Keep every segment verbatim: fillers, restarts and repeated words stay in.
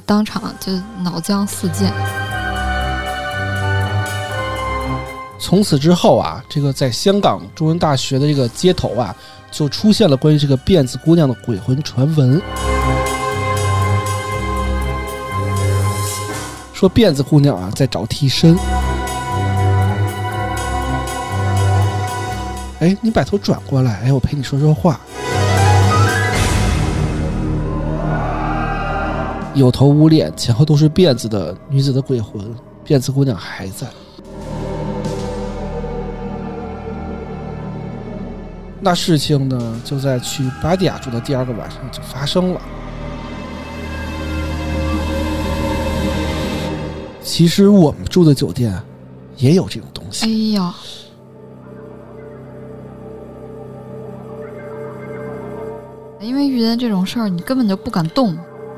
当场就脑浆四溅。 从此之后啊，这个在香港中文大学的这个街头啊，就出现了关于这个辫子姑娘的鬼魂传闻，说辫子姑娘啊在找替身。哎，你把头转过来，哎，我陪你说说话。有头无脸，前后都是辫子的女子的鬼魂，辫子姑娘还在。那事情呢，就在去巴蒂亚住的第二个晚上就发生了。其实我们住的酒店也有这种东西。 哎呀，因为遇见这种事儿，你根本就不敢动。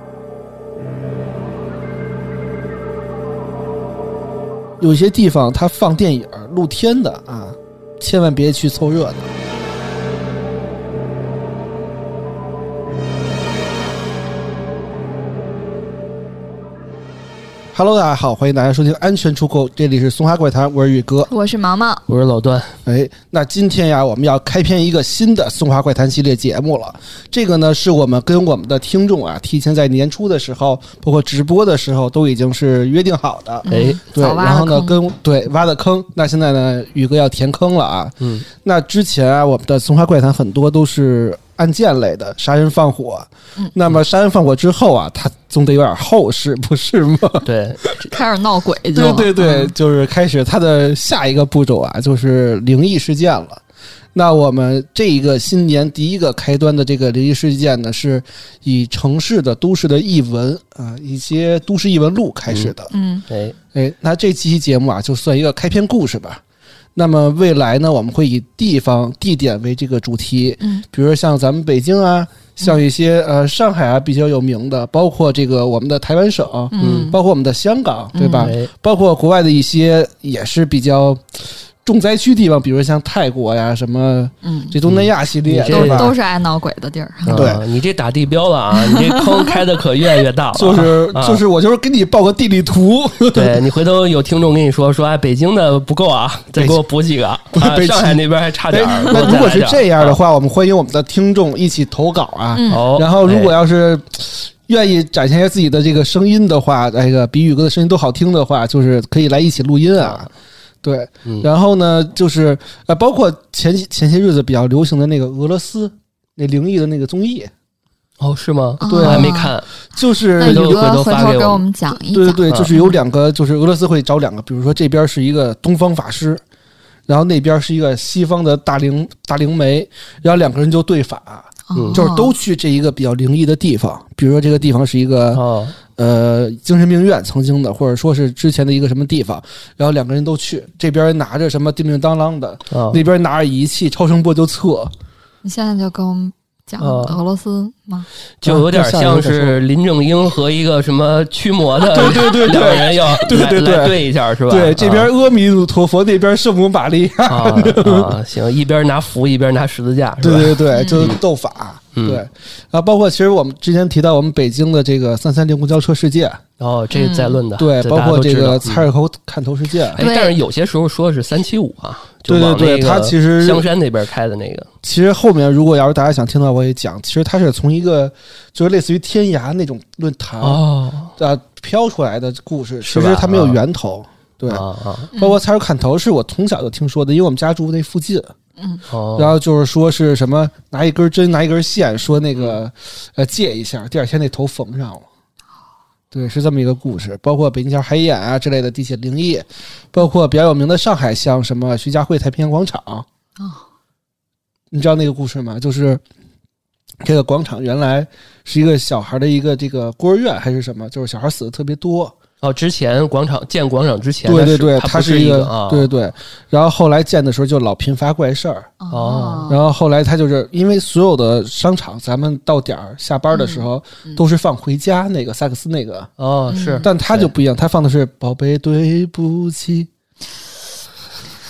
有些地方它放电影露天的啊，千万别去凑热闹。Hello， 大家好，欢迎大家收听安全出口，这里是松花怪谈，我是宇哥， 我是毛毛， 我是老段。 哎，那今天呀，我们要开篇一个新的松花怪谈系列节目了。这个呢，是我们跟我们的听众啊，提前在年初的时候，包括直播的时候，都已经是约定好的。 嗯、 哎，对，然后呢，跟对挖的坑，那现在呢，宇哥要填坑了啊。嗯，那之前啊，我们的松花怪谈很多都是案件类的，杀人放火。嗯，那么杀人放火之后啊，它总得有点后事，不是吗？ 对， 开始闹鬼就对对对，就是开始它的下一个步骤啊，就是灵异事件了。那我们这一个新年第一个开端的这个灵异事件呢，是以城市的都市的异闻啊，一些都市异闻录开始的。 嗯， 哎哎，那这期节目啊，就算一个开篇故事吧。那么未来呢，我们会以地方地点为这个主题，嗯，比如说像咱们北京啊，像一些呃上海啊比较有名的，包括这个我们的台湾省，嗯，包括我们的香港，对吧？嗯、包括国外的一些也是比较重灾区地方，比如像泰国呀什么，嗯，这东南亚系列， 都都是爱闹鬼的地儿。 对、 啊，你这打地标了啊，你这坑开的可越来越大了。 就是就是，我就是给你报个地理图。 对，你回头有听众跟你说说，哎，北京的不够啊，再给我补几个。啊、上海那边还差点。 那如果是这样的话，我们欢迎我们的听众一起投稿啊。嗯、然后，如果要是愿意展现一下自己的这个声音的话，那个比宇哥的声音都好听的话，就是可以来一起录音啊。对，然后呢，就是呃，包括前前些日子比较流行的那个俄罗斯那灵异的那个综艺， 哦，是吗？ 对， 我还没看， 就是回头回头发给我们讲一讲。 对对对，就是有两个，就是俄罗斯会找两个，比如说这边是一个东方法师，然后那边是一个西方的大灵大灵媒，然后两个人就对法，嗯、就是都去这一个比较灵异的地方，比如说这个地方是一个。哦呃，精神病院曾经的，或者说是之前的一个什么地方，然后两个人都去，这边拿着什么叮叮当啷的，哦、那边拿着仪器，超声波就测。 你现在就跟我们讲俄罗斯吗？ 就有点像是林正英和一个什么驱魔的， 对对对对， 两个人要对对对对一下是吧？ 对，这边阿弥陀佛，那边圣母玛利亚。 啊啊，行，一边拿符一边拿十字架，是吧？ 对对对，就斗法。嗯、对，然后包括其实我们之前提到我们北京的这个三三零公交车事件， 哦，这是在论的， 对，包括这个菜市口砍头事件， 哎，但是有些时候说的是三七五啊， 对对对，他其实香山那边开的那个， 其实后面如果要是大家想听到，我也讲，其实它是从一个就是类似于天涯那种论坛哦啊飘出来的故事，其实它没有源头，对，啊啊、包括菜市口砍头是我从小就听说的，因为我们家住那附近。嗯，然后就是说是什么拿一根针拿一根线说那个呃借一下，第二天那头缝上了，对，是这么一个故事。包括北京桥海眼啊之类的地铁灵异，包括比较有名的上海像什么徐家汇太平洋广场哦，你知道那个故事吗？就是这个广场原来是一个小孩的一个这个孤儿院还是什么，就是小孩死的特别多。 哦，之前广场建广场之前， 对对对， 它是一个， 哦、 对对对。然后后来建的时候就老频发怪事儿，哦。然后后来他就是因为所有的商场，咱们到点儿下班的时候、嗯、都是放回家那个萨克斯那个， 哦是， 但他就不一样，他放的是宝贝对不起。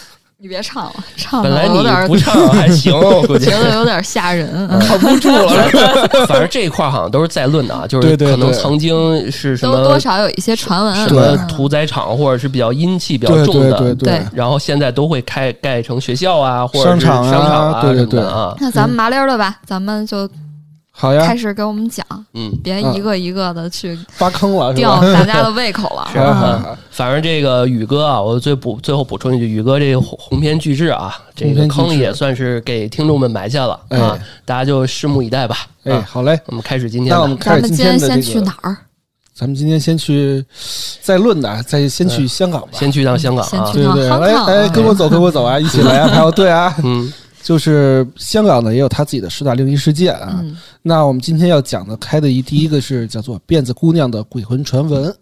你别唱了，唱本来你有点不唱还行，我估计觉得有点吓人， 扛不住了。 反正这一块好像都是在论的啊，就是可能曾经是什么都多少有一些传闻， 什么屠宰场或者是比较阴气比较重的， 对对对对， 然后现在都会开盖成学校啊，或者商场啊、商场啊， 对对对啊。 那咱们麻溜的吧，咱们就。 好呀， 开始给我们讲， 嗯， 别一个一个的去挖坑了， 吊大家的胃口了。 是啊，反正这个宇哥啊，我最补最后补充一句，宇哥这个鸿篇巨制啊，这个坑也算是给听众们埋下了啊，大家就拭目以待吧。 哎，好嘞， 我们开始今天， 那我们开始今天的先去哪儿？ 咱们今天先去再论的，再先去香港吧， 先去趟香港啊， 对对，来，哎，跟我走，跟我走啊，一起来啊，排好队啊， 嗯。 就是香港呢，也有他自己的十大灵异事件啊。嗯、那我们今天要讲的开的一第一个是叫做辫子姑娘的鬼魂传闻。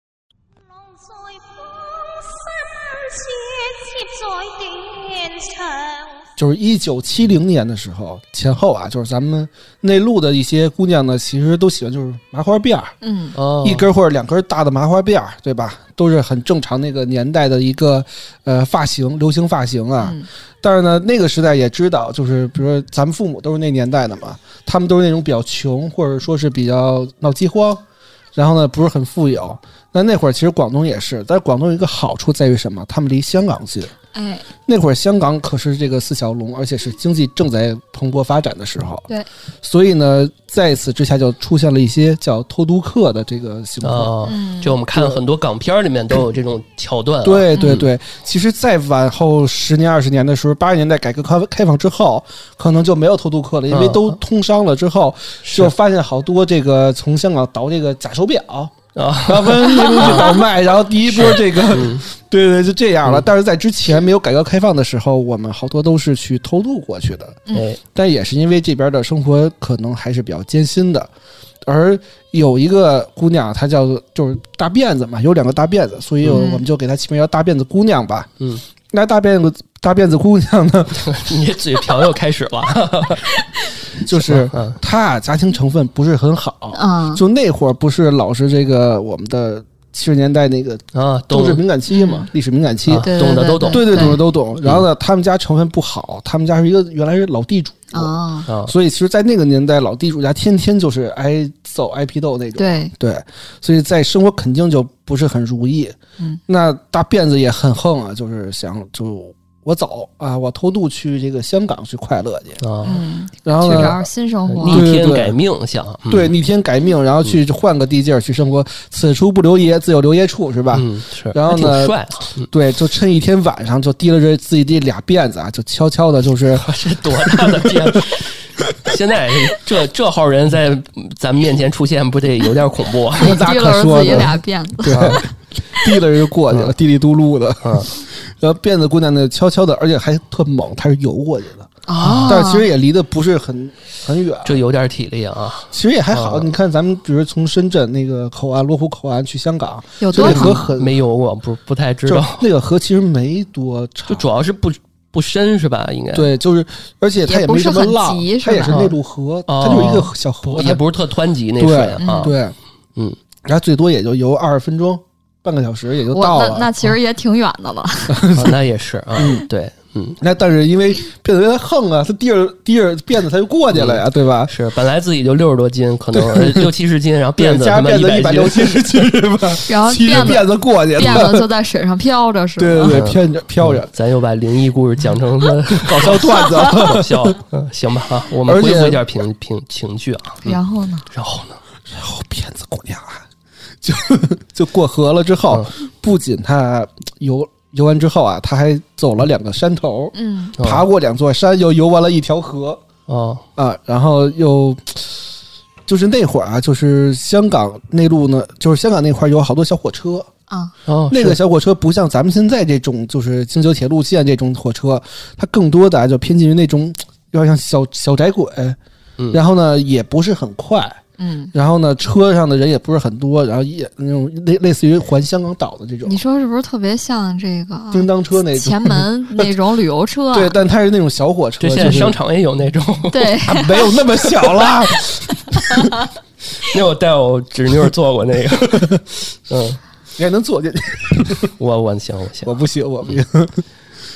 就是一九七零年的时候前后啊，就是咱们内陆的一些姑娘呢，其实都喜欢就是麻花辫儿， 嗯， 一根或者两根大的麻花辫儿，对吧？都是很正常那个年代的一个呃发型，流行发型啊。嗯、但是呢，那个时代也知道，就是比如说咱们父母都是那年代的嘛，他们都是那种比较穷，或者说是比较闹饥荒，然后呢不是很富有。那那会儿其实广东也是，但是广东有一个好处在于什么？他们离香港近。 哎， 那会儿香港可是这个四小龙，而且是经济正在蓬勃发展的时候。 对， 所以呢，在此之下就出现了一些叫偷渡客的这个情况。 哦，就我们看很多港片里面都有这种桥段、啊。 对对对，其实再往后十年二十年的时候，八十年代改革开放之后，可能就没有偷渡客了，因为都通商了之后，就发现好多这个从香港倒这个假手表。啊，然后跟内陆去倒卖，然后第一波这个，嗯、对对，就这样了。嗯、但是在之前没有改革开放的时候，我们好多都是去偷渡过去的。 嗯， 但也是因为这边的生活可能还是比较艰辛的。而有一个姑娘，她叫做就是大辫子嘛，有两个大辫子，所以我们就给她起名叫大辫子姑娘吧。 嗯， 那大辫子大辫子姑娘呢？ 你嘴瓢又开始了。 就是他啊，家庭成分不是很好，嗯，就那会儿不是老是这个我们的七十年代那个啊， 政治敏感期嘛，历史敏感期， 懂的都懂， 对对，懂的都懂。然后呢，他们家成分不好，他们家是一个原来是老地主啊， 所以其实，在那个年代，老地主家天天就是挨揍、挨批斗那种， 对对，所以在生活肯定就不是很如意。嗯，那大辫子也很横啊，就是想就。我走啊！我偷渡去这个香港去快乐去啊， 嗯， 然后呢， 去找新生活， 逆天改命想， 对，逆天改命，然后去换个地界儿去生活。此处不留爷，自有留爷处，是吧？ 嗯，是。 然后呢， 帅， 对，就趁一天晚上，就提了这自己这俩辫子啊，就悄悄的，就是这多大的辫子！现在这这号人在咱们面前出现，不得有点恐怖？ 那可说自己俩辫子， 对，提了就过去了，滴里嘟噜的，嗯。然后辫子姑娘呢，悄悄的，而且还特猛，她是游过去的啊。 但是其实也离得不是很很远， 这有点体力啊。 其实也还好，啊、你看咱们比如从深圳那个口岸罗湖口岸去香港， 有多长？河很没游过，不不太知道。 那个河其实没多长， 就主要是不不深是吧？应该对，就是而且它也没什么浪，它也是内陆河， 哦、 它就是一个小河， 也不是特湍急那水啊。 对，嗯，然后最多也就游二十分钟。半个小时也就到了， 那, 那其实也挺远的了。 哦、那也是啊，嗯、对，嗯， 那但是因为辫子横啊，他提着提着辫子他就过去了呀，嗯、对吧？ 是，本来自己就六十多斤，可能六七十斤，然后辫子加辫子一百六七十斤是吧？ 然后辫子辫子过去， 辫子就在水上飘着，是吧？ 对对对，飘着飘着、嗯。 咱又把灵异故事讲成了搞笑段子， 搞笑。嗯，行吧啊，我们恢复一点平平情绪啊。 嗯、然后呢？ 然后呢？ 然后辫子姑娘啊。就就过河了之后，嗯、不仅他游游完之后啊，他还走了两个山头， 嗯， 爬过两座山，又游完了一条河， 哦啊，然后又就是那会儿啊，就是香港内陆呢，就是香港那块有好多小火车啊， 哦， 那个小火车不像咱们现在这种就是京九铁路线这种火车，它更多的、啊、就偏近于那种有点像小小窄轨， 嗯， 然后呢也不是很快。 嗯， 然后呢，车上的人也不是很多，然后也那种类类似于环香港岛的这种。 你说是不是特别像这个叮当车那种前门那种旅游车、啊？ 对，但它是那种小火车。 这现在商场也有那种， 对， 啊、没有那么小啦。 那我带我侄女坐过那个，嗯， 你还能坐进去？ 我我行我行， 我不行，我不行。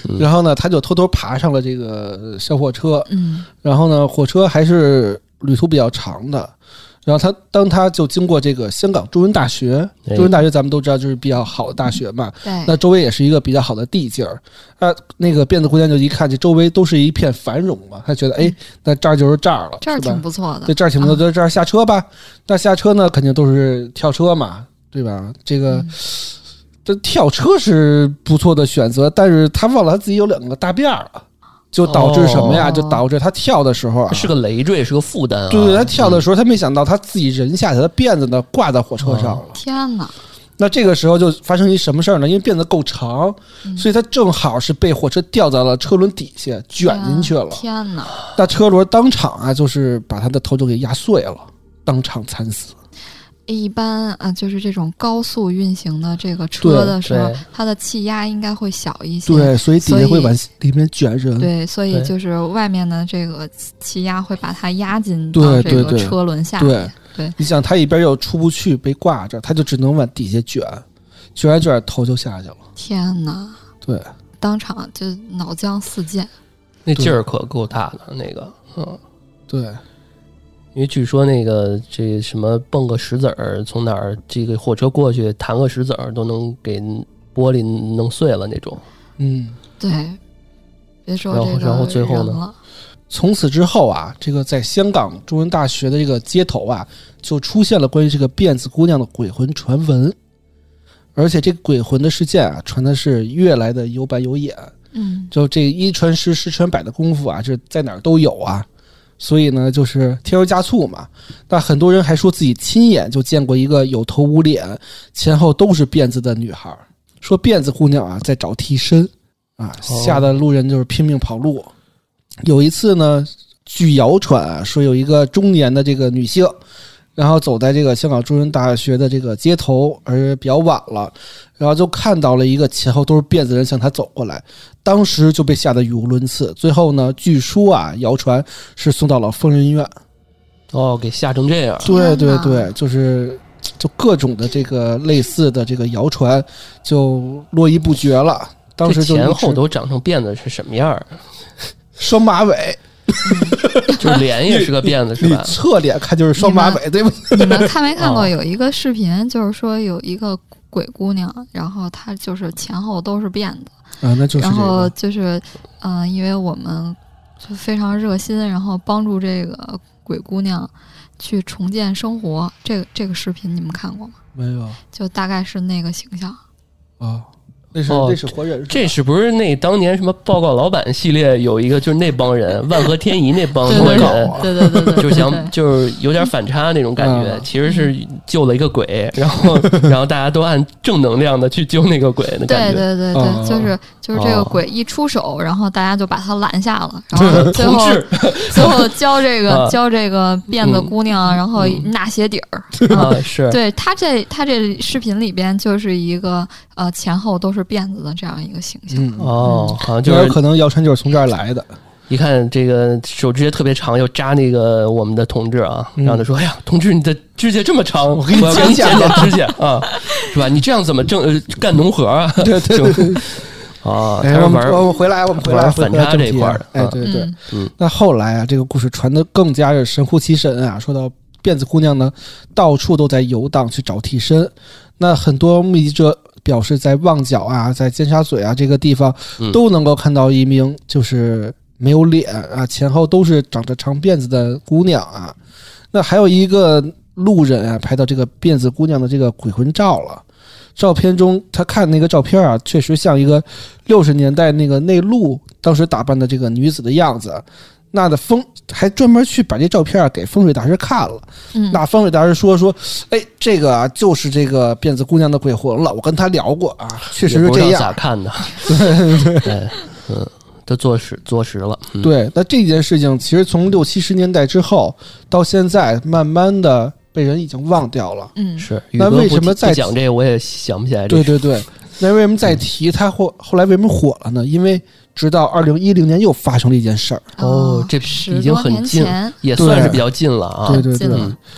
然后呢，他就偷偷爬上了这个小火车， 嗯， 然后呢，火车还是旅途比较长的。然后他当他就经过这个香港中文大学，中文大学咱们都知道就是比较好的大学嘛， 对， 那周围也是一个比较好的地界儿。啊，那个辫子姑娘就一看这周围都是一片繁荣嘛，她觉得哎，那这儿就是这儿了， 这儿挺不错的， 对，这儿挺不错的，这儿下车吧。那下车呢，肯定都是跳车嘛，对吧？这个。嗯，这跳车是不错的选择，但是他忘了他自己有两个大辫儿了，就导致什么呀？哦、就导致他跳的时候啊， 是个累赘，是个负担、啊。 对对，他跳的时候，他没想到他自己人下去，他辫子呢挂在火车上了。哦、 天哪！ 那这个时候就发生一什么事儿呢？因为辫子够长，嗯、所以他正好是被火车吊在了车轮底下，卷进去了。 天哪！ 那车轮当场啊，就是把他的头就给压碎了，当场惨死。 一般啊，就是这种高速运行的这个车的时候，它的气压应该会小一些， 对，所以底下会往里面卷人， 对，所以就是外面的这个气压会把它压进到这个车轮下面。 对， 对， 对， 对，你想，他一边又出不去，被挂着，他就只能往底下卷，卷着卷着头就下去了。 天哪！ 对， 当场就脑浆四溅， 那劲儿可够大的，那个，嗯， 对。 因为据说那个这什么蹦个石子儿，从哪儿这个火车过去弹个石子儿都能给玻璃弄碎了那种。 嗯， 对。别说这个， 然后最后呢？ 从此之后啊，这个在香港中文大学的这个街头啊，就出现了关于这个辫子姑娘的鬼魂传闻，而且这个鬼魂的事件啊，传的是越来的有板有眼。 嗯， 就这一传十，十传百的功夫啊，这在哪儿都有啊。所以呢，就是添油加醋嘛。但很多人还说自己亲眼就见过一个有头无脸、前后都是辫子的女孩，说辫子姑娘啊在找替身啊，吓得路人就是拼命跑路。哦、有一次呢，据谣传啊，说有一个中年的这个女性，然后走在这个香港中文大学的这个街头，而比较晚了，然后就看到了一个前后都是辫子人向她走过来。当时就被吓得语无伦次，最后呢，据说啊，谣传是送到了疯人院。 哦，给吓成这样。 对对对，就是就各种的这个类似的这个谣传就络绎不绝了。当时就前后都长成辫子是什么样？ 双马尾。 就是脸也是个辫子是吧？ 你侧脸看就是双马尾，对不对？ 你们看没看过有一个视频，就是说有一个鬼姑娘，然后她就是前后都是辫子。 啊，那就是、这个。 然后就是，嗯、呃，因为我们就非常热心，然后帮助这个鬼姑娘去重建生活。这个这个视频你们看过吗？ 没有。 就大概是那个形象。 啊。那是、哦、那是活人是， 这是不是那当年什么报告老板系列有一个就是那帮人万和天宜那帮人， 对对对对， 就想就是有点反差那种感觉，嗯、其实是救了一个鬼，然后然后大家都按正能量的去救那个鬼的感觉， 对对对对，嗯、就是就是这个鬼一出手，然后大家就把他拦下了，然后最后最后教这个、啊、教这个辫子姑娘，嗯、然后纳鞋底儿、 嗯、啊，是对他这他这视频里边就是一个呃前后都是辫子的这样一个形象、 嗯、 哦，好像就是有可能谣传就是从这儿来的。 一看这个手指甲特别长，又扎那个我们的同志啊， 嗯、 然后他说：“哎呀，同志，你的指甲这么长， 我给你剪剪剪指甲啊，是吧？你这样怎么正、呃、干农活啊？” 对对对。 啊， 哎，我们我们回来，我们回来反差这一块儿。 哎，对对对。 嗯。 那后来啊，这个故事传得更加是神乎其神啊。说到辫子姑娘呢，到处都在游荡去找替身。那很多目击者表示，在旺角啊，在尖沙咀啊这个地方，都能够看到一名就是没有脸啊，前后都是长着长辫子的姑娘啊。那还有一个路人啊，拍到这个辫子姑娘的这个鬼魂照了。照片中，他看那个照片啊，确实像一个六十年代那个内陆当时打扮的这个女子的样子。那的风还专门去把这照片给风水大师看了， 嗯， 那风水大师说说，哎，这个啊就是这个辫子姑娘的鬼魂了，我跟他聊过啊，确实是这样。 咋看的？ 对对对，嗯，都坐实坐实了。 嗯、对，那这件事情其实从六七十年代之后到现在，慢慢的被人已经忘掉了。 嗯， 是。 那为什么再讲这个我也想不起来这个？对对对，那为什么再提他后后来为什么火了呢？因为直到二零一零年又发生了一件事儿。 哦，这已经很近，也算是比较近了啊。 对对对，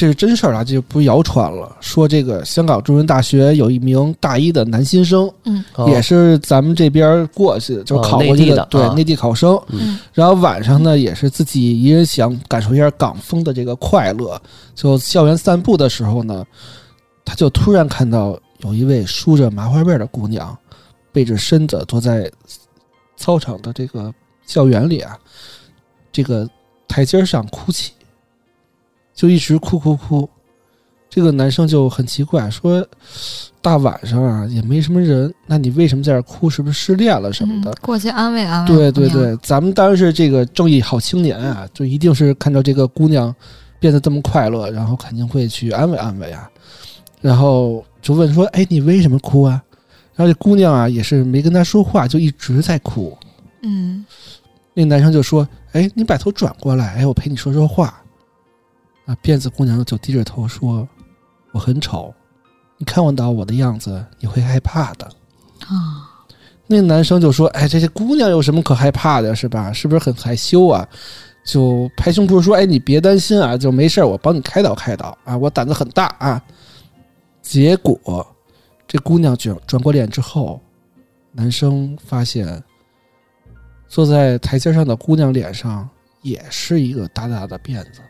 这是真事儿啊，这就不是谣传了。说这个香港中文大学有一名大一的男新生， 嗯， 也是咱们这边过去的，就考过去的， 哦、 对、 啊、 内地考生。 嗯， 然后晚上呢，也是自己一人想感受一下港风的这个快乐，就校园散步的时候呢，他就突然看到有一位梳着麻花辫的姑娘，背着身子坐在操场的这个校园里啊，这个台阶上哭泣。就一直哭哭哭，这个男生就很奇怪，说大晚上啊也没什么人，那你为什么在这哭？是不是失恋了什么的？ 嗯、过去安慰安慰。 对对对，咱们当然是这个正义好青年啊，就一定是看到这个姑娘变得这么快乐，然后肯定会去安慰安慰啊。然后就问说：“哎，你为什么哭啊？”然后这姑娘啊也是没跟他说话，就一直在哭。 嗯， 那男生就说：“哎，你把头转过来，哎，我陪你说说话。”啊，辫子姑娘就低着头说：“我很丑，你看不到我的样子，你会害怕的。” 啊， 那男生就说：“哎，这些姑娘有什么可害怕的，是吧？是不是很害羞啊？”就拍胸脯说：“哎，你别担心啊，就没事，我帮你开导开导啊，我胆子很大啊。”结果这姑娘转转过脸之后，男生发现坐在台阶上的姑娘脸上也是一个大大的辫子。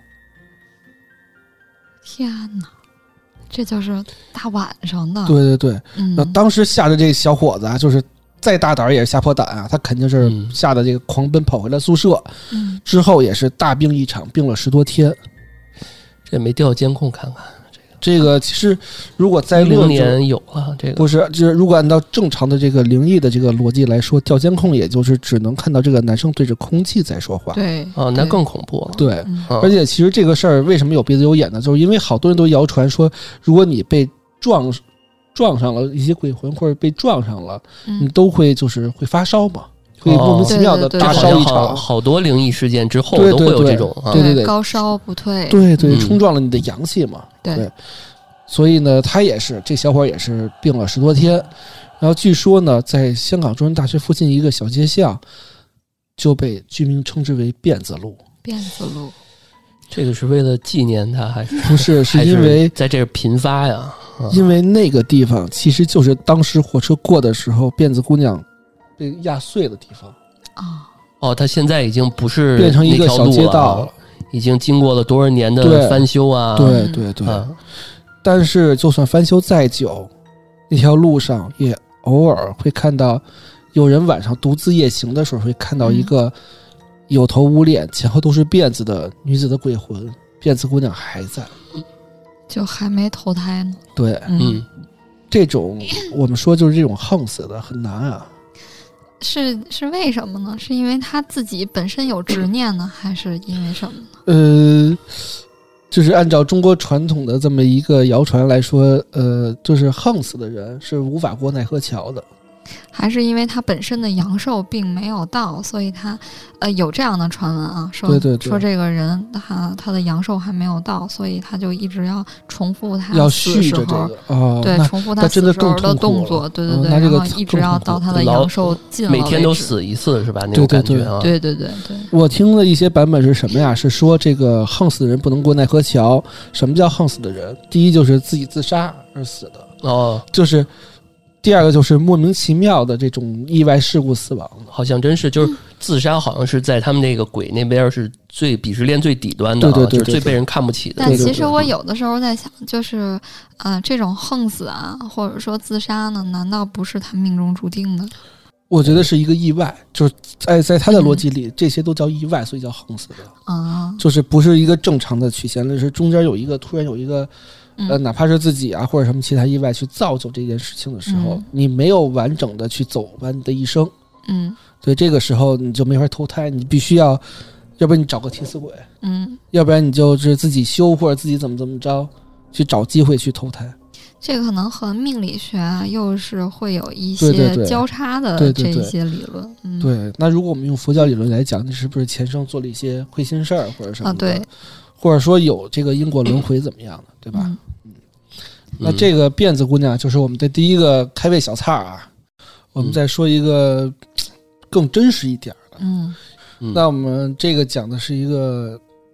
天哪，这就是大晚上的。 对对对， 嗯、 那当时吓得这小伙子啊，就是再大胆也是吓破胆啊，他肯定是吓得这个狂奔跑回了宿舍。 嗯， 之后也是大病一场，病了十多天。 这没调监控看看。 这个其实，如果在六年有了这个不是，就是如果按照正常的这个灵异的这个逻辑来说，调监控也就是只能看到这个男生对着空气在说话。 对， 哦，那更恐怖了。 对， 嗯、 而且其实这个事儿为什么有鼻子有眼呢？就是因为好多人都谣传说，如果你被撞撞上了一些鬼魂，或者被撞上了， 嗯、 你都会就是会发烧嘛。会莫名其妙的大烧一场， 哦、好, 好多灵异事件之后都会有这种， 对对 对, 对， 高烧不退， 对对，冲撞了你的阳气嘛， 对。 对，所以呢，他也是这小伙也是病了十多天，然后据说呢，在香港中文大学附近一个小街巷，就被居民称之为辫子路。 辫子路， 这个是为了纪念他还是不是？是因为在这频发呀？ 啊、因为那个地方其实就是当时火车过的时候，辫子姑娘被压碎的地方啊！ 哦，它现在已经不是变成一个小街道了， 已经经过了多少年的翻修啊！ 对对 对, 对、啊。但是，就算翻修再久，那条路上也偶尔会看到有人晚上独自夜行的时候，会看到一个有头无脸、前后都是辫子的女子的鬼魂。辫子姑娘还在， 就还没投胎呢。 对， 嗯。 这种我们说就是这种横死的很难啊， 是是为什么呢？是因为他自己本身有执念呢，还是因为什么呢？ 呃，就是按照中国传统的这么一个谣传来说，呃，就是横死的人是无法过奈何桥的。 还是因为他本身的阳寿并没有到，所以他呃有这样的传闻啊，说对对对说这个人他他的阳寿还没有到，所以他就一直要重复他要死时候续着这个哦， 对，重复他死时候的动作，对对对， 哦、 然后一直要到他的阳寿尽了为止， 每天都死一次是吧？那种感觉啊， 对对对对。 我听的一些版本是什么呀？是说这个横死的人不能过奈何桥。什么叫横死的人？第一就是自己自杀而死的哦， 就是。第二个就是莫名其妙的这种意外事故死亡， 好像真是就是自杀，好像是在他们那个鬼那边是最鄙视链最底端的， 对对 对, 对, 对, 对， 就是最被人看不起的。 但其实我有的时候在想，就是呃，这种横死啊，或者说自杀呢，难道不是他命中注定的？ 我觉得是一个意外，就是在在他的逻辑里，嗯、这些都叫意外，所以叫横死的啊， 就是不是一个正常的曲线，是中间有一个突然有一个。呃，哪怕是自己啊，或者什么其他意外去造就这件事情的时候， 嗯、 你没有完整的去走完你的一生， 嗯， 所以这个时候你就没法投胎，你必须要，要不然你找个替死鬼， 嗯， 要不然你就是自己修或者自己怎么怎么着，去找机会去投胎。 这个可能和命理学啊，又是会有一些交叉的这一些理论。 对, 对, 对, 对, 对、嗯，那如果我们用佛教理论来讲，你是不是前生做了一些亏心事儿或者什么的？ 啊，对。 或者说有这个因果轮回怎么样的，对吧？ 嗯嗯。那这个辫子姑娘就是我们的第一个开胃小菜啊。我们再说一个更真实一点的。 嗯。 那我们这个讲的是一个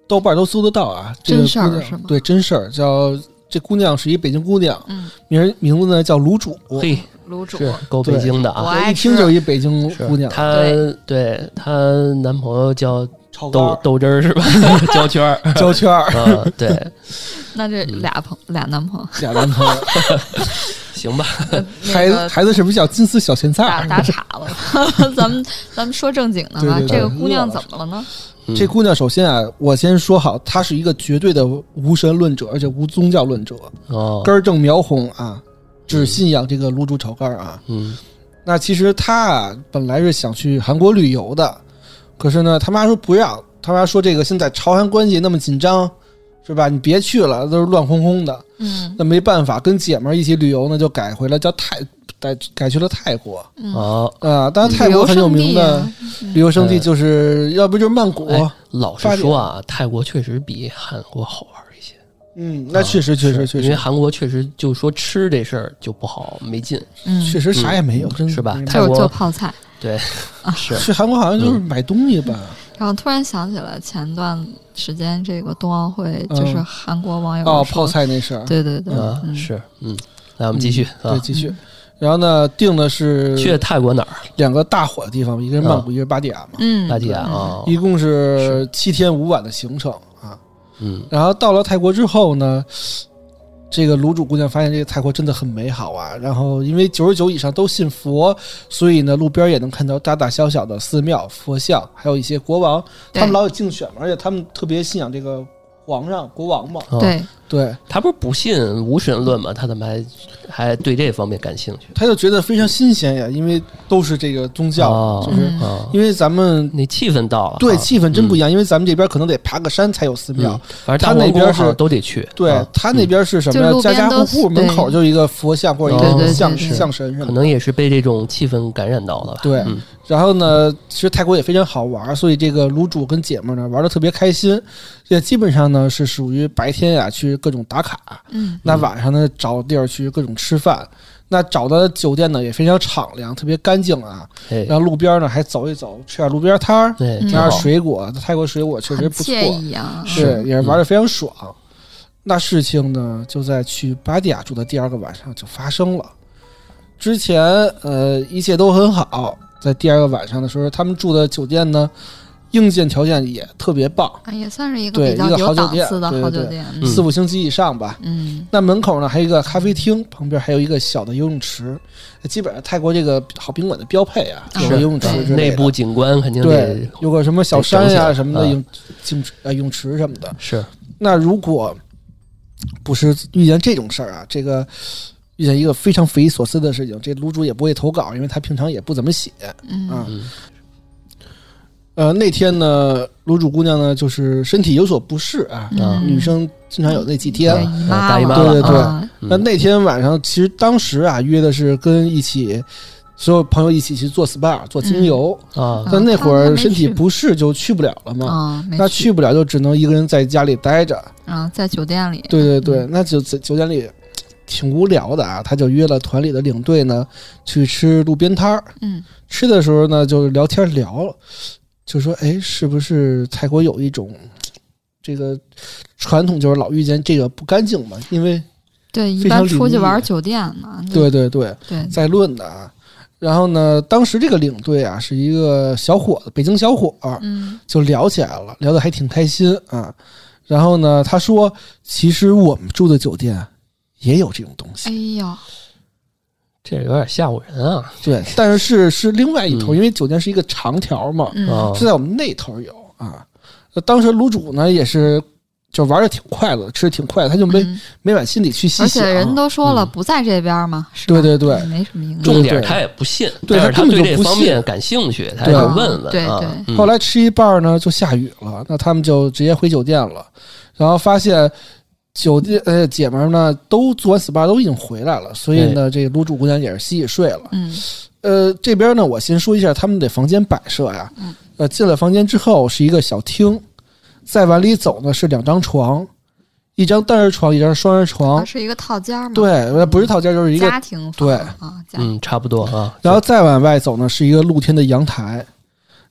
豆瓣都搜得到啊，这个、 真事儿是吗？ 对，真事儿，叫这姑娘是一北京姑娘， 嗯， 名名字呢叫卤煮， 嘿， 卤煮是够北京的啊， 一听就是一北京姑娘。 她对她男朋友叫豆豆汁儿是吧？胶圈儿， 胶圈儿， 嗯，对。 那这俩朋俩男朋友， 俩男朋友， 行吧？ 孩子孩子是不是叫金丝小咸菜？ 打打岔了，咱们咱们说正经的吧。这个姑娘怎么了呢？ 这姑娘首先啊，我先说好，她是一个绝对的无神论者，而且无宗教论者， 哦， 根正苗红啊，只信仰这个卤煮炒肝啊。 嗯， 那其实她啊，本来是想去韩国旅游的，可是呢，他妈说不让，他妈说这个现在朝韩关系那么紧张，是吧？你别去了，都是乱哄哄的。 嗯， 那没办法，跟姐们儿一起旅游呢，就改回了叫泰。改改去了泰国， 哦啊，当然泰国很有名的旅游胜地，就是要不就是曼谷。 老实说啊，泰国确实比韩国好玩一些。 嗯，那确实确实确实， 因为韩国确实就说吃这事儿就不好，没劲。 嗯， 确实啥也没有，真是吧？ 泰国做泡菜， 对啊， 是去韩国好像就是买东西吧。 然后突然想起来，前段时间这个冬奥会就是韩国网友哦泡菜那事儿， 对对对， 是嗯，来我们继续， 对继续。然后呢，定的是去泰国哪儿？ 两个大火的地方，一个是曼谷，一个是芭提雅嘛。 嗯， 芭提雅啊， 一共是七天五晚的行程啊。 嗯， 然后到了泰国之后呢，这个卤煮姑娘发现这个泰国真的很美好啊。然后因为九十九以上都信佛，所以呢，路边也能看到大大小小的寺庙、佛像，还有一些国王，他们老有竞选嘛，而且他们特别信仰这个皇上、国王嘛。 对。 对， 他不是不信无神论吗？他怎么还还对这方面感兴趣？ 他就觉得非常新鲜呀，因为都是这个宗教， 哦、 就是、 哦、 因为咱们那气氛到了， 对，气氛真不一样、嗯。因为咱们这边可能得爬个山才有寺庙， 嗯、反正他那边是都得去。 对、 啊、 他那边是什么呢？家家户户门口就一个佛像或者一个像像神什么的， 可能也是被这种气氛感染到了吧。 对。 嗯然后呢，其实泰国也非常好玩，所以这个卤煮跟姐妹呢玩的特别开心。这基本上呢是属于白天呀、啊、去各种打卡， 嗯， 那晚上呢找地儿去各种吃饭。那找的酒店呢也非常敞亮，特别干净啊。然后路边呢还走一走，吃点路边摊儿， 对， 吃点水果。泰国水果确实不错， 惬意啊， 是也是玩的非常爽。那事情呢就在去芭提雅住的第二个晚上就发生了。之前呃一切都很好。在第二个晚上的时候，他们住的酒店呢，硬件条件也特别棒， 也算是一个比较有档次的好酒店， 对对对，四五星级以上吧。 嗯， 那门口呢还有一个咖啡厅，旁边还有一个小的游泳池，基本上泰国这个好宾馆的标配啊，有个游泳池之类的， 内部景观肯定对，有个什么小山呀、啊、什么的泳泳呃泳池什么的。 是， 那如果不是遇见这种事儿啊，这个。遇见一个非常匪夷所思的事情，这卤煮也不会投稿，因为他平常也不怎么写。 嗯啊，呃，那天呢，卤煮姑娘呢就是身体有所不适啊， 嗯、 女生经常有那几天， 大姨妈， 对对对。 啊、 那那天晚上，其实当时啊约的是跟一起所有朋友一起去做 S P A 做精油啊， 但那会儿身体不适就去不了了嘛， 啊、 那去不了就只能一个人在家里待着啊，在酒店里。 对对对，嗯、那就在酒店里。挺无聊的啊，他就约了团里的领队呢去吃路边摊儿。 嗯， 吃的时候呢就聊天聊了，就说哎，是不是泰国有一种这个传统，就是老遇见这个不干净嘛？因为对，一般出去玩酒店嘛。 对对对对， 在论的啊。然后呢，当时这个领队啊是一个小伙子，北京小伙儿， 嗯， 就聊起来了，聊得还挺开心啊。然后呢，他说，其实我们住的酒店。也有这种东西， 哎呀， 这有点吓唬人啊！ 对，但是是是另外一头，嗯、因为酒店是一个长条嘛， 嗯、 是在我们那头有啊。当时卤煮呢也是就玩的挺快乐，吃的挺快，他就没、嗯、没往心里去细想。 而且人都说了、嗯、不在这边嘛，是对对对， 没什么影响。 重点他也不信， 对但是他对这方面感兴趣，他要问问。 对对、 嗯。 后来吃一半呢就下雨了，那他们就直接回酒店了，然后发现。酒店呃，姐们呢都做完 S P A 都已经回来了，所以呢，这个卤煮姑娘也是洗洗睡了。 嗯， 呃，这边呢，我先说一下他们的房间摆设呀。 嗯， 呃，进了房间之后是一个小厅，再往里走呢是两张床，一张单人床，一张双人床， 是一个套间吗？ 对，不是套间，就是一个家庭房。 对啊， 嗯，差不多啊。 然后再往外走呢是一个露天的阳台。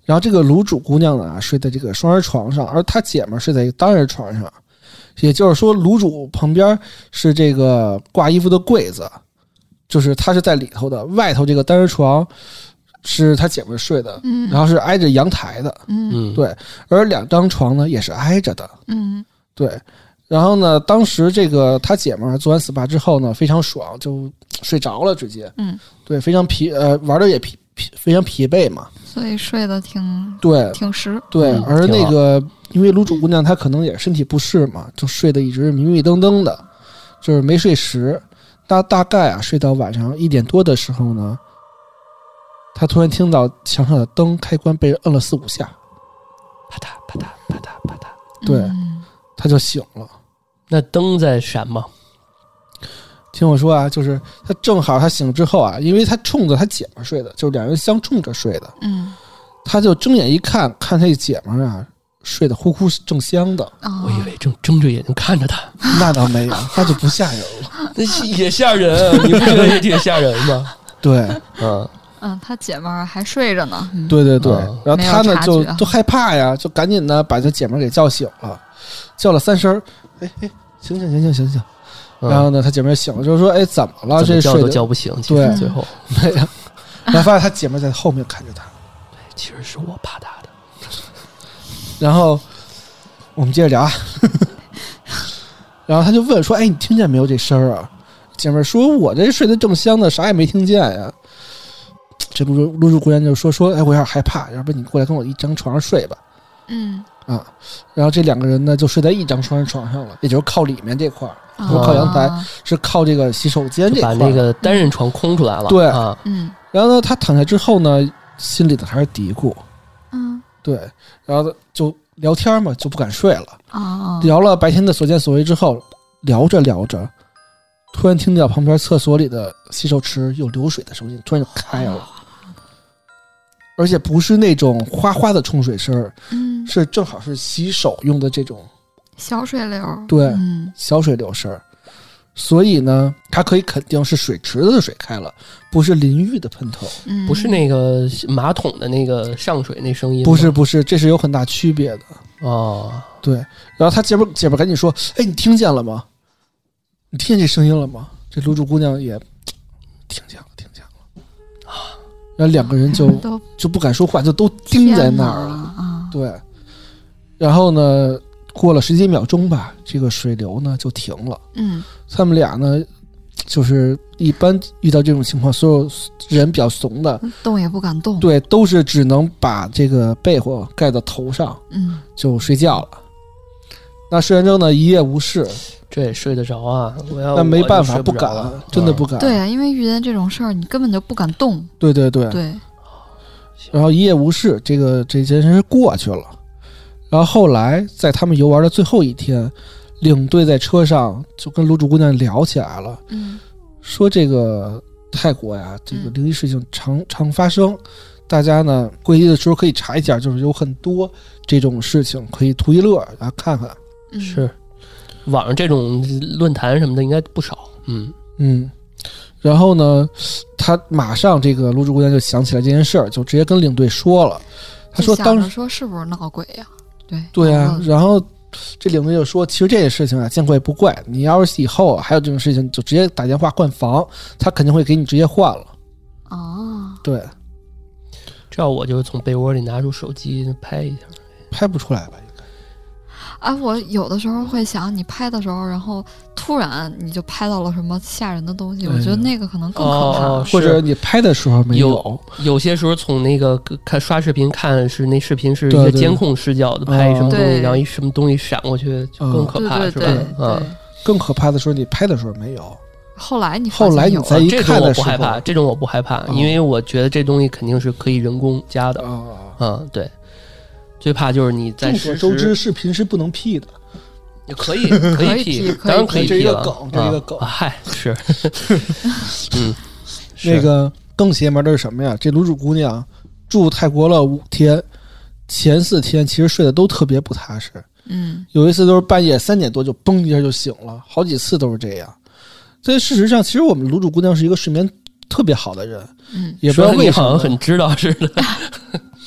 然后这个卤煮姑娘呢睡在这个双人床上，而她姐们睡在一个单人床上。也就是说，卤煮旁边是这个挂衣服的柜子，就是她是在里头的，外头这个单人床是她姐们睡的， 嗯， 然后是挨着阳台的， 嗯， 对，而两张床呢也是挨着的， 嗯， 对。然后呢，当时这个她姐们做完 S P A 之后呢，非常爽，就睡着了，直接， 嗯， 对，非常疲，呃，玩的也疲疲，非常疲惫嘛， 所以睡得挺对， 挺实， 对， 嗯、 而那个。因为卤煮姑娘她可能也身体不适嘛，就睡得一直迷迷瞪瞪的，就是没睡实。大大概啊，睡到晚上一点多的时候呢，她突然听到墙上的灯开关被人摁了四五下， 啪嗒啪嗒啪嗒啪嗒。 对， 嗯、 她就醒了。 那灯在闪吗？ 听我说啊，就是她正好她醒之后啊，因为她冲着她姐们睡的，就是两人相冲着睡的。 嗯， 她就睁眼一看，看她姐们啊。睡得呼呼正香的， 哦、 我以为正睁着眼睛看着他， 那倒没有，那就不吓人了。 那也吓人，你不觉得也挺吓人吗？ 对， 嗯嗯，他姐们儿还睡着呢。嗯、 对对对， 嗯、 然后他呢就就害怕呀，就赶紧的把这姐们儿给叫醒了，叫了三声，哎哎，醒醒醒醒醒醒。嗯、然后呢，他姐妹醒了，就是说，哎，怎么了？这叫都叫不醒。其实最后没有，然后发现他姐妹在后面看着他。 对，其实是我怕他的。 然后我们接着聊啊，然后他就问说：“哎，你听见没有这声儿啊？”姐妹说：“我这睡得正香的，啥也没听见呀。”这露露露姑娘就说：“说，哎，我有点害怕，要不你过来跟我一张床上睡吧。” 嗯啊，然后这两个人呢就睡在一张双人床上了，也就是靠里面这块儿，不是靠阳台，是靠这个洗手间这块儿， 把那个单人床空出来了。 对， 啊， 嗯。 然后呢，他躺下之后呢，心里头还是嘀咕， 嗯。 对，然后就聊天嘛，就不敢睡了。 啊， 聊了白天的所见所为之后，聊着聊着，突然听到旁边厕所里的洗手池有流水的声音，突然就开了，而且不是那种哗哗的冲水声， 嗯， 是正好是洗手用的这种小水流， 对， 嗯、 小水流声。所以呢，它可以肯定是水池子的水开了，不是淋浴的喷头， 嗯、 不是那个马桶的那个上水那声音， 不是不是，这是有很大区别的哦。 对，然后他姐们姐们赶紧说：“哎，你听见了吗？你听见这声音了吗？”这卤煮姑娘也听见了，听见了啊。然后两个人就就不敢说话，就都盯在那儿了。 啊、 对，然后呢？过了十几秒钟吧，这个水流呢就停了。 嗯， 他们俩呢，就是一般遇到这种情况，所有人比较怂的， 动也不敢动。 对，都是只能把这个被窝盖到头上， 嗯， 就睡觉了。那睡完之后呢，一夜无事， 这也睡得着啊？我要那没办法， 不敢，真的不敢。 对啊，因为遇见这种事儿，你根本就不敢动。 对对对对。 然后一夜无事，这个这件事过去了。然后后来在他们游玩的最后一天，领队在车上就跟卤煮姑娘聊起来了， 嗯， 说这个泰国呀，这个灵异事情常、嗯、常发生，大家呢过夜的时候可以查一下，就是有很多这种事情可以图一乐，然后看看。 嗯、 是，网上这种论坛什么的应该不少。嗯嗯，然后呢，他马上这个卤煮姑娘就想起来这件事儿，就直接跟领队说了。他说当时说是不是闹鬼呀？对对啊，然后这领队就说，其实这件事情啊，见怪不怪。你要是以后还有这种事情，就直接打电话换房，他肯定会给你直接换了。 哦， 对， 这要我就从被窝里拿出手机拍一下， 拍不出来吧？应该。 啊，我有的时候会想，你拍的时候，然后突然你就拍到了什么吓人的东西，我觉得那个可能更可怕。 哦、 或者你拍的时候没有， 有有些时候从那个看刷视频看是那视频是一个监控视角的，拍什么东西，然后一什么东西闪过去就更可怕， 嗯、 是吧？ 嗯， 更可怕的时候你拍的时候没有， 后来你后来你再一看的时候， 这种我不害怕，这种我不害怕， 哦、 因为我觉得这东西肯定是可以人工加的。 哦、 嗯，对。最怕就是你在众所周知，视频是不能 P 的。 也可以，可以 P， 当然可以 P 了。这一个梗，这一个梗。 嗨，是，嗯， 那个更邪门的是什么呀？这卤煮姑娘住泰国了五天，前四天其实睡得都特别不踏实。 嗯， 有一次都是半夜三点多就嘣一下就醒了，好几次都是这样。在事实上，其实我们卤煮姑娘是一个睡眠特别好的人。 嗯， 也不知道为什么， 你好像很知道似的。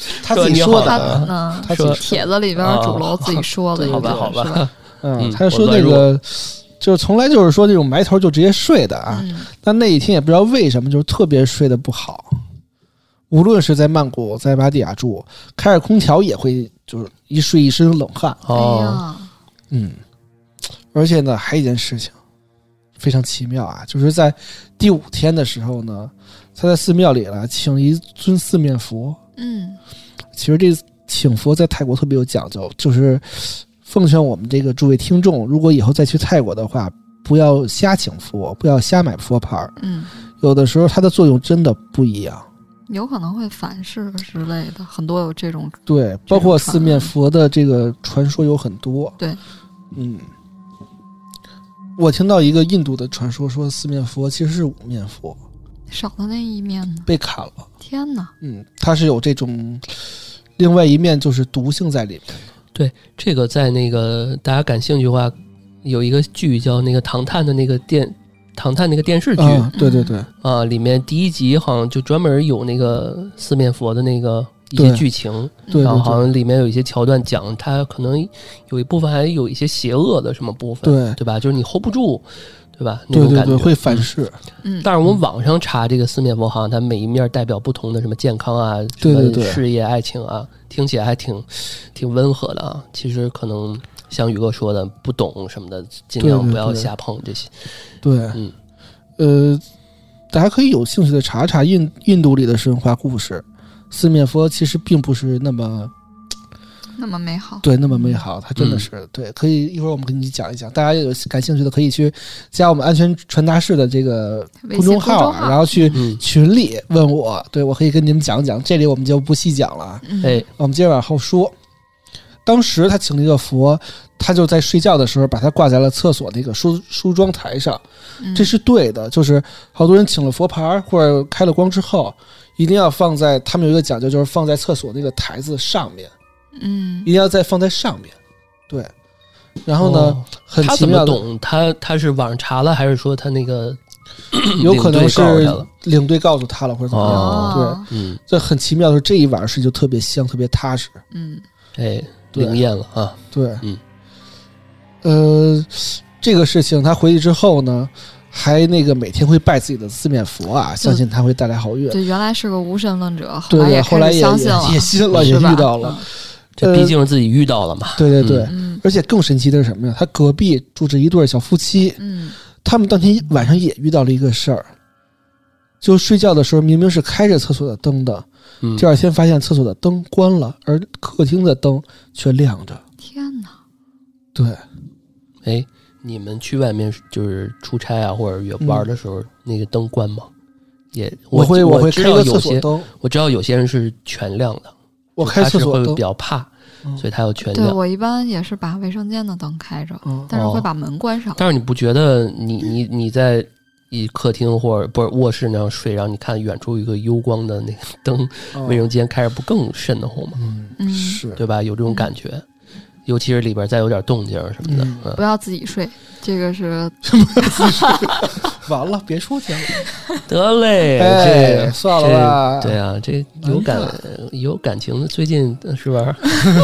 他自己说的， 嗯，他帖子里边主楼自己说的， 好吧，好吧， 嗯，他说那个就是从来就是说这种埋头就直接睡的啊， 嗯、 但那一天也不知道为什么，就是特别睡得不好。无论是在曼谷，在芭提雅住，开着空调也会就是一睡一身冷汗。 哦， 嗯，而且呢，还有一件事情非常奇妙啊，就是在第五天的时候呢，他在寺庙里了请一尊四面佛。 嗯， 其实这请佛在泰国特别有讲究，就是奉劝我们这个诸位听众，如果以后再去泰国的话，不要瞎请佛，不要瞎买佛牌。 嗯， 有的时候它的作用真的不一样。 有可能会反噬之类的，很多有这种对，包括四面佛的这个传说有很多。 对， 嗯，我听到一个印度的传说，说四面佛其实是五面佛， 少的那一面呢被砍了。 天哪！ 嗯，它是有这种另外一面就是毒性在里面。 对，这个在那个大家感兴趣的话，有一个剧叫那个《唐探》的那个电。唐探那个电视剧、 啊、对对对啊，里面第一集好像就专门有那个四面佛的那个一些剧情， 对对对， 然后好像里面有一些桥段讲他可能有一部分还有一些邪恶的什么部分， 对对吧？就是你 hold 不住，对吧？那种感觉对对对，会反噬。 嗯， 但是我们网上查这个四面佛，好像它每一面代表不同的什么健康啊， 对对对， 什么事业、爱情啊，听起来还挺挺温和的啊。其实可能像宇哥说的，不懂什么的，尽量不要瞎碰这些。 对，对对对嗯。呃，大家可以有兴趣的查查印印度里的神话故事，四面佛其实并不是那么那么美好， 对，那么美好，它真的是、嗯、对。可以一会儿我们跟你讲一讲，大家有感兴趣的可以去加我们安全传达室的这个公众号， 号然后去群里问我，嗯、对我可以跟你们讲讲。这里我们就不细讲了， 哎、 嗯，我们接着往后说。当时他请了一个佛，他就在睡觉的时候把它挂在了厕所那个梳梳妆台上，这是对的。就是好多人请了佛牌或者开了光之后，一定要放在他们有一个讲究，就是放在厕所那个台子上面， 嗯， 一定要再放在上面。对，然后呢， 哦、 很奇妙的， 他怎么懂？他他是网上查了，还是说他那个有可能是领队告诉他了，或者怎么样？ 哦、 对，嗯，这很奇妙的是这一晚上睡就特别香，特别踏实。 嗯， 哎。灵验了啊！ 对， 嗯， 呃，这个事情他回去之后呢，还那个每天会拜自己的四面佛啊，相信他会带来好运。 对，原来是个无神论者， 对对， 后来也相信了， 也信了，也遇到了。 这毕竟是自己遇到了嘛。 对对对， 嗯、 而且更神奇的是什么呀？他隔壁住着一对小夫妻， 嗯， 他们当天晚上也遇到了一个事儿，就睡觉的时候明明是开着厕所的灯的。 嗯、 第二天发现厕所的灯关了，而客厅的灯却亮着。 天哪！ 对， 哎，你们去外面就是出差啊，或者约玩的时候，嗯、那个灯关吗？也我会我会开个厕所灯， 我知道有些人是全亮的， 我开厕所灯会比较怕，嗯、所以他要全亮。 对，我一般也是把卫生间的灯开着， 嗯、 但是会把门关上。 哦、但是你不觉得你你你在？以客厅或者不是卧室那样睡，然后你看远处有一个幽光的那个灯， 哦、 卫生间开着不更瘆得慌吗？ 嗯，是对吧？有这种感觉，嗯、尤其是里边再有点动静什么的。 嗯嗯、 不要自己睡，这个是完了，别说去了， 得嘞， 哎，算了吧。 对啊，这有感有感情的，最近是吧？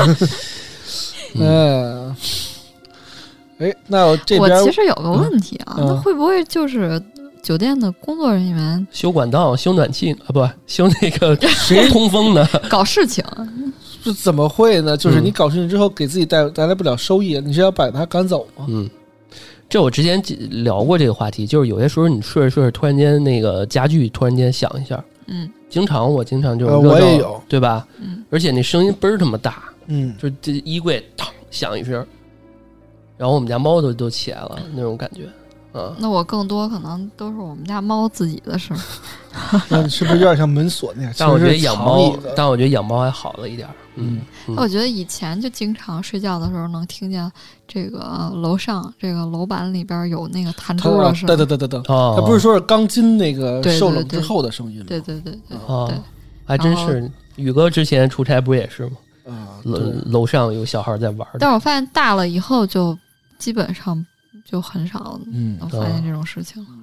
嗯。哎，那我这边我其实有个问题啊， 嗯、 那会不会就是酒店的工作人员修管道、修暖气啊，不修那个通风呢？ 搞事情？ 这怎么会呢？就是你搞事情之后，给自己带带来不了收益，你是要把他赶走吗？ 嗯，这我之前聊过这个话题，就是有些时候你睡着睡着，突然间那个家具突然间响一下， 嗯， 经常我经常就、 呃、我也有， 对吧？ 嗯， 而且那声音倍儿他妈大， 嗯， 就这衣柜当响一声。然后我们家猫都都起来了，那种感觉，啊， 那我更多可能都是我们家猫自己的事儿。 那是不是有点像门锁那样？ 但我觉得养猫，但我觉得养猫还好了一点。嗯， 嗯我觉得以前就经常睡觉的时候能听见这个楼上这个楼板里边有那个弹珠的声， 对对对对对， 哦， 它不是说是钢筋那个受冷之后的声音吗？ 对对对对， 哦，还真是。宇哥之前出差不是也是吗？ 啊， 楼楼上有小孩在玩， 但是我发现大了以后就。基本上就很少能发现这种事情了。 嗯、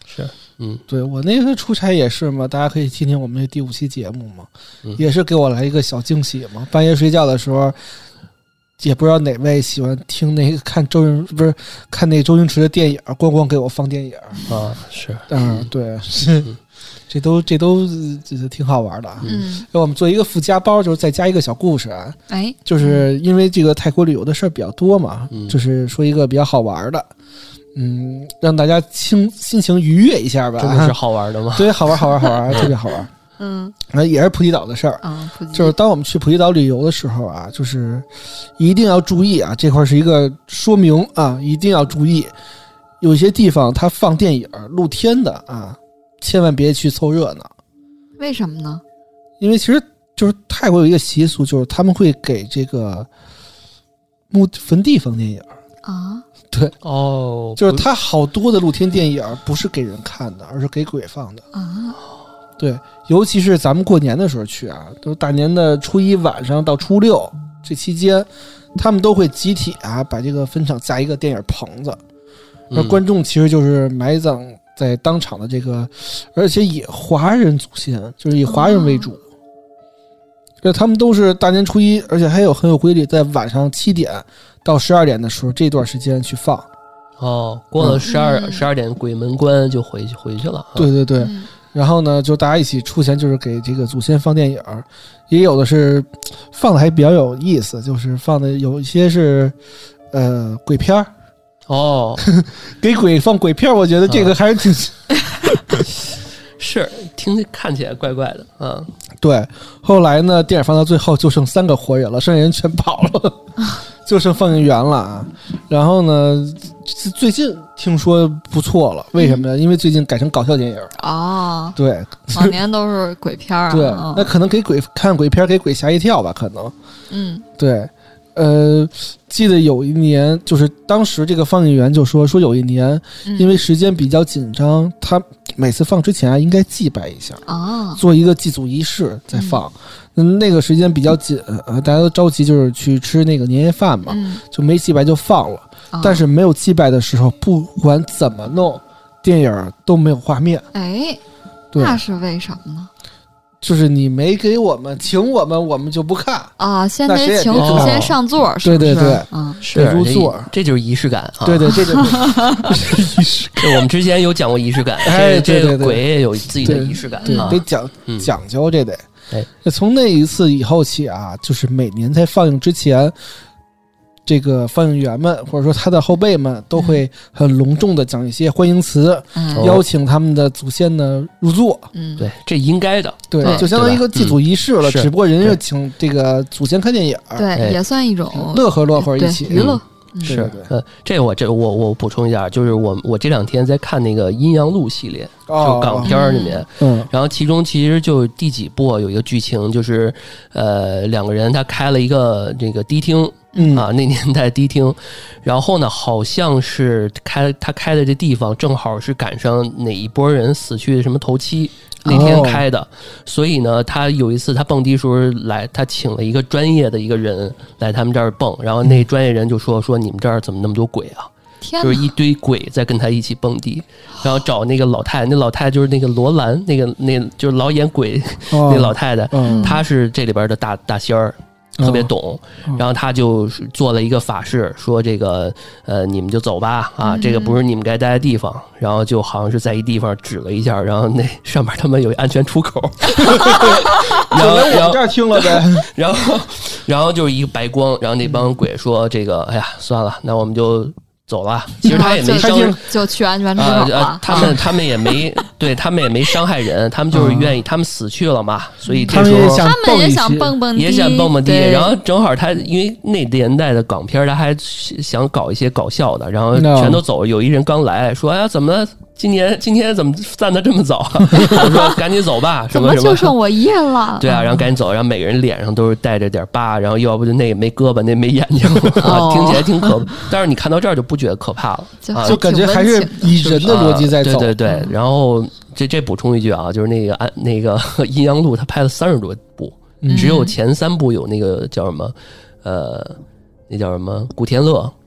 是，嗯， 对我那次出差也是嘛，大家可以听听我们这第五期节目嘛，嗯、也是给我来一个小惊喜嘛。半夜睡觉的时候，也不知道哪位喜欢听那个看周云不是看那周星驰的电影，咣咣给我放电影啊，是， 嗯，对，是。嗯这都这都这挺好玩的啊！ 嗯， 我们做一个附加包，就是再加一个小故事啊。 哎， 就是因为这个泰国旅游的事儿比较多嘛，嗯、就是说一个比较好玩的，嗯，让大家心心情愉悦一下吧。 真的是好玩的吗？ 对，好玩，好玩，好玩，特别好玩。 嗯， 那也是普吉岛的事儿啊。 就是当我们去普吉岛旅游的时候啊，就是一定要注意啊，这块是一个说明啊，一定要注意，有些地方它放电影露天的啊。千万别去凑热闹， 为什么呢？ 因为其实就是泰国有一个习俗，就是他们会给这个墓坟地放电影啊。 对， 哦， 就是他好多的露天电影不是给人看的，而是给鬼放的啊。 对，尤其是咱们过年的时候去啊，都大年的初一晚上到初六这期间，他们都会集体啊把这个坟场架一个电影棚子，那观众其实就是埋葬。在当场的这个，而且以华人祖先，就是以华人为主。这、哦、他们都是大年初一，而且还有很有规律，在晚上七点到十二点的时候，这段时间去放。 哦，过了十二十二点鬼门关就回去回去了。 对对对，嗯、然后呢，就大家一起出钱，就是给这个祖先放电影，也有的是放的还比较有意思，就是放的有一些是呃鬼片儿。 哦， 给鬼放鬼片，我觉得这个还是挺、 啊、是听看起来怪怪的啊。 对，后来呢，电影放到最后就剩三个活人了，剩下人全跑了，就剩放映员了啊。然后呢，最近听说不错了，为什么呢？因为最近改成搞笑电影哦。 对， 往年都是鬼片啊。 对，那可能给鬼看鬼片给鬼吓一跳吧，可能。 嗯， 对。呃，记得有一年，就是当时这个放映员就说说有一年，因为时间比较紧张，嗯、他每次放之前啊，应该祭拜一下啊， 做一个祭祖仪式再放。嗯，那个时间比较紧，呃，大家都着急，就是去吃那个年夜饭嘛， 嗯、 就没祭拜就放了。 啊、 但是没有祭拜的时候，不管怎么弄，电影都没有画面。 哎，那是为什么呢？ 就是你没给我们请我们，我们就不看啊！先得请祖先上座，是不是？ 对对对， 嗯， 是入座， 这就是仪式感啊！ 对对，这就是仪式感。 我们之前有讲过仪式感， 哎， 这个鬼也有自己的仪式感， 对，得讲讲究，这得。哎，从那一次以后起啊，就是每年在放映之前。这个放映员们或者说他的后辈们都会很隆重的讲一些欢迎词， 嗯、 邀请他们的祖先呢入座。 嗯， 对，这应该的。 对， 对就相当于一个祭祖仪式了， 嗯、 只不过人家请这个祖先看电影， 对， 哎、 也算一种乐呵乐呵一起娱乐。 嗯、 是， 对对对呃，这我这我我补充一下，就是我我这两天在看那个《阴阳路》系列， 哦、 就港片儿里面， 嗯， 然后其中其实就第几部有一个剧情，就是呃两个人他开了一个这个迪厅。 嗯啊，那年代迪厅，然后呢，好像是开他开的这地方正好是赶上哪一波人死去的什么头七那天开的， 哦、 所以呢，他有一次他蹦迪时候来，他请了一个专业的一个人来他们这儿蹦，然后那专业人就说说你们这儿怎么那么多鬼啊？就是一堆鬼在跟他一起蹦迪，然后找那个老太太，那老太太就是那个罗兰，那个那就是老演鬼、哦、那老太太， 嗯、 她是这里边的大大仙儿。特别懂， 哦、 然后他就做了一个法事，说这个呃你们就走吧啊， 嗯、 这个不是你们该待的地方，然后就好像是在一地方指了一下，然后那上面他们有安全出口， 然后我们这儿听了呗， 然后然后就是一个白光，然后那帮鬼说这个哎呀算了，那我们就。走了，其实他也没伤， 就去安全出口了。 呃、他们他们也没对他们也没伤害人，他们就是愿意，他们死去了嘛，所以这时候他们也想蹦蹦迪， 也想蹦蹦迪。然后正好他因为那年代的港片，他还想搞一些搞笑的，然后全都走。有一人刚来说：“哎呀，怎么今年今天怎么散的这么早？”我说：“赶紧走吧。” 怎么就剩我一人了？ 对啊，然后赶紧走，然后每个人脸上都是带着点疤，然后要不就那没胳膊，那没眼睛，啊、听起来挺可怕。但是你看到这儿就不觉得可怕了， 就, 啊、 就感觉还是以人的逻辑在走。 啊、对对对，然后这这补充一句啊，就是那个安那个《阴阳路》，他拍了三十多部， 嗯、 只有前三部有那个叫什么呃，那叫什么古天乐。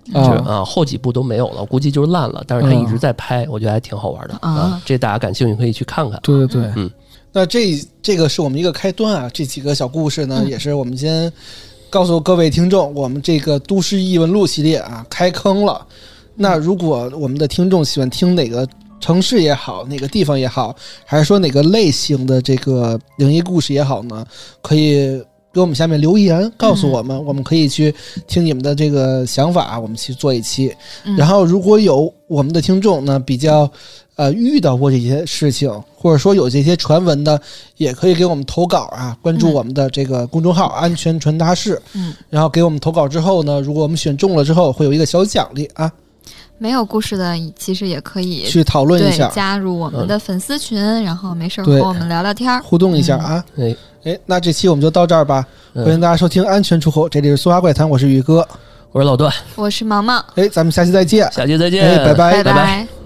就是啊，后几部都没有了，估计就是烂了。但是他一直在拍，我觉得还挺好玩的啊。这大家感兴趣可以去看看。 对对对， 嗯。 那这这个是我们一个开端啊，这几个小故事呢，也是我们先告诉各位听众，我们这个都市异闻录系列啊开坑了。那如果我们的听众喜欢听哪个城市也好，哪个地方也好，还是说哪个类型的这个灵异故事也好呢，可以给我们下面留言告诉我们、嗯、我们可以去听你们的这个想法，我们去做一期、嗯、然后如果有我们的听众呢比较呃遇到过这些事情，或者说有这些传闻的，也可以给我们投稿啊，关注我们的这个公众号、嗯、安全传达室，嗯，然后给我们投稿之后呢，如果我们选中了之后会有一个小奖励啊。 没有故事的其实也可以去讨论一下， 加入我们的粉丝群、嗯、然后没事和我们聊聊天互动一下啊。 哎、 嗯、哎，那这期我们就到这儿吧、嗯、欢迎大家收听安全出口，这里是苏花怪谈，我是宇哥， 我是老段， 我是毛毛， 哎，咱们下期再见， 下期再见， 哎，拜拜拜拜。